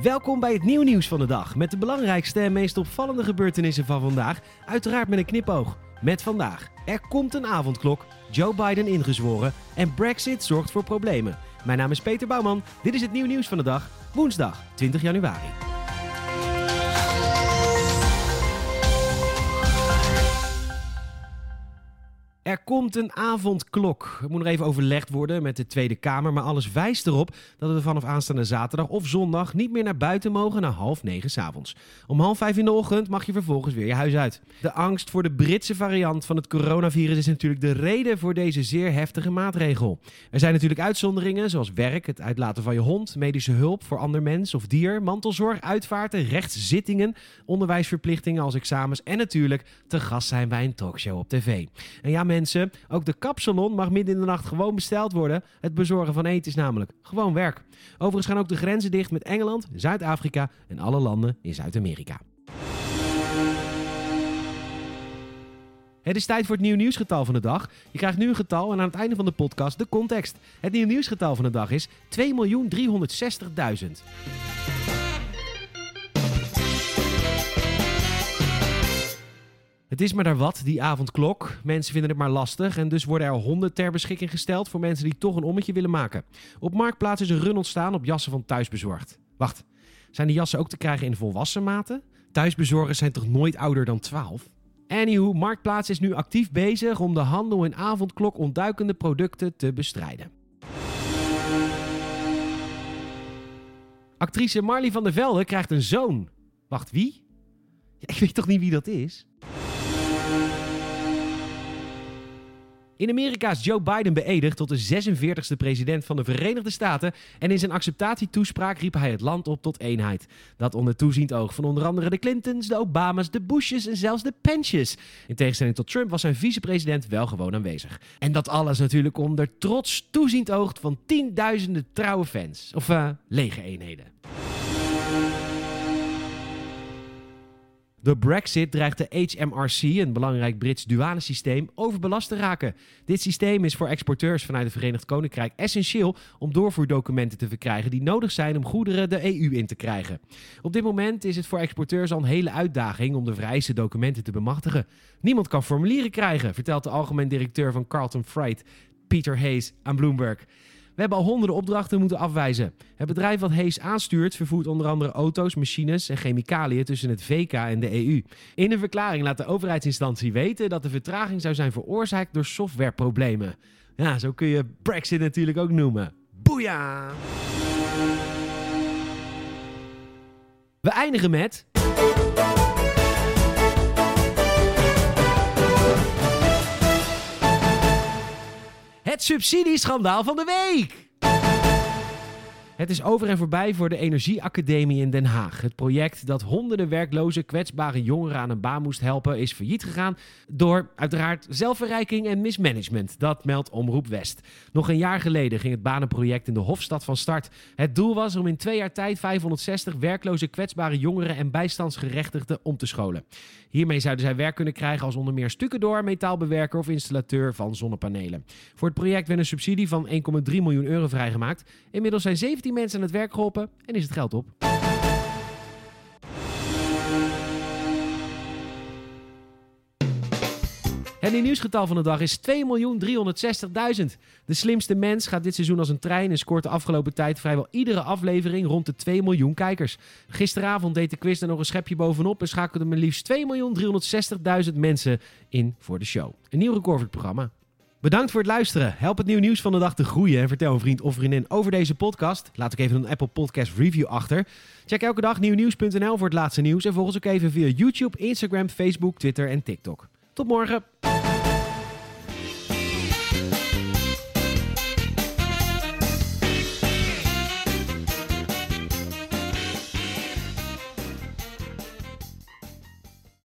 Welkom bij het nieuws van de dag met de belangrijkste en meest opvallende gebeurtenissen van vandaag. Uiteraard met een knipoog. Met vandaag. Er komt een avondklok, Joe Biden ingezworen en Brexit zorgt voor problemen. Mijn naam is Peter Bouwman. Dit is het nieuws van de dag, woensdag 20 januari. Er komt een avondklok. Het moet nog even overlegd worden met de Tweede Kamer, maar alles wijst erop dat we vanaf aanstaande zaterdag of zondag niet meer naar buiten mogen na 8:30 s'avonds. Om 4:30 in de ochtend mag je vervolgens weer je huis uit. De angst voor de Britse variant van het coronavirus is natuurlijk de reden voor deze zeer heftige maatregel. Er zijn natuurlijk uitzonderingen zoals werk, het uitlaten van je hond, medische hulp voor ander mens of dier, mantelzorg, uitvaarten, rechtszittingen, onderwijsverplichtingen als examens en natuurlijk te gast zijn bij een talkshow op tv. En ja, mensen, ook de kapsalon mag midden in de nacht gewoon besteld worden. Het bezorgen van eten is namelijk gewoon werk. Overigens gaan ook de grenzen dicht met Engeland, Zuid-Afrika en alle landen in Zuid-Amerika. Het is tijd voor het nieuwsgetal van de dag. Je krijgt nu een getal en aan het einde van de podcast de context. Het nieuwsgetal van de dag is 2.360.000. Het is maar daar wat, die avondklok. Mensen vinden het maar lastig en dus worden er honden ter beschikking gesteld voor mensen die toch een ommetje willen maken. Op Marktplaats is een run ontstaan op jassen van Thuisbezorgd. Wacht, zijn die jassen ook te krijgen in volwassen maten? Thuisbezorgers zijn toch nooit ouder dan 12? Anywho, Marktplaats is nu actief bezig om de handel in avondklok ontduikende producten te bestrijden. Actrice Marley van der Velde krijgt een zoon. Wacht, wie? Ja, ik weet toch niet wie dat is? In Amerika is Joe Biden beëdigd tot de 46e president van de Verenigde Staten en in zijn acceptatietoespraak riep hij het land op tot eenheid. Dat onder toeziend oog van onder andere de Clintons, de Obamas, de Bushes en zelfs de Pences. In tegenstelling tot Trump was zijn vicepresident wel gewoon aanwezig. En dat alles natuurlijk onder trots toeziend oog van tienduizenden trouwe fans. Of legereenheden. Door Brexit dreigt de HMRC, een belangrijk Brits douanesysteem, overbelast te raken. Dit systeem is voor exporteurs vanuit het Verenigd Koninkrijk essentieel om doorvoerdocumenten te verkrijgen die nodig zijn om goederen de EU in te krijgen. Op dit moment is het voor exporteurs al een hele uitdaging om de vereiste documenten te bemachtigen. Niemand kan formulieren krijgen, vertelt de algemeen directeur van Carlton Freight, Peter Hayes, aan Bloomberg. We hebben al honderden opdrachten moeten afwijzen. Het bedrijf wat Hayes aanstuurt vervoert onder andere auto's, machines en chemicaliën tussen het VK en de EU. In een verklaring laat de overheidsinstantie weten dat de vertraging zou zijn veroorzaakt door softwareproblemen. Ja, zo kun je Brexit natuurlijk ook noemen. Boeia! We eindigen met... het subsidieschandaal van de week! Het is over en voorbij voor de Energieacademie in Den Haag. Het project dat honderden werkloze, kwetsbare jongeren aan een baan moest helpen is failliet gegaan door uiteraard zelfverrijking en mismanagement. Dat meldt Omroep West. Nog een jaar geleden ging het banenproject in de Hofstad van start. Het doel was om in 2 jaar tijd 560 werkloze, kwetsbare jongeren en bijstandsgerechtigden om te scholen. Hiermee zouden zij werk kunnen krijgen als onder meer stukendoor, metaalbewerker of installateur van zonnepanelen. Voor het project werd een subsidie van 1,3 miljoen euro vrijgemaakt. Inmiddels zijn 17 mensen aan het werk geholpen en is het geld op. Het nieuwsgetal van de dag is 2.360.000. De slimste mens gaat dit seizoen als een trein en scoort de afgelopen tijd vrijwel iedere aflevering rond de 2 miljoen kijkers. Gisteravond deed de quiz er nog een schepje bovenop en schakelde maar liefst 2.360.000 mensen in voor de show. Een nieuw record voor het programma. Bedankt voor het luisteren. Help het nieuws van de dag te groeien en vertel een vriend of vriendin over deze podcast. Laat ook even een Apple Podcast review achter. Check elke dag nieuwnieuws.nl voor het laatste nieuws en volg ons ook even via YouTube, Instagram, Facebook, Twitter en TikTok. Tot morgen!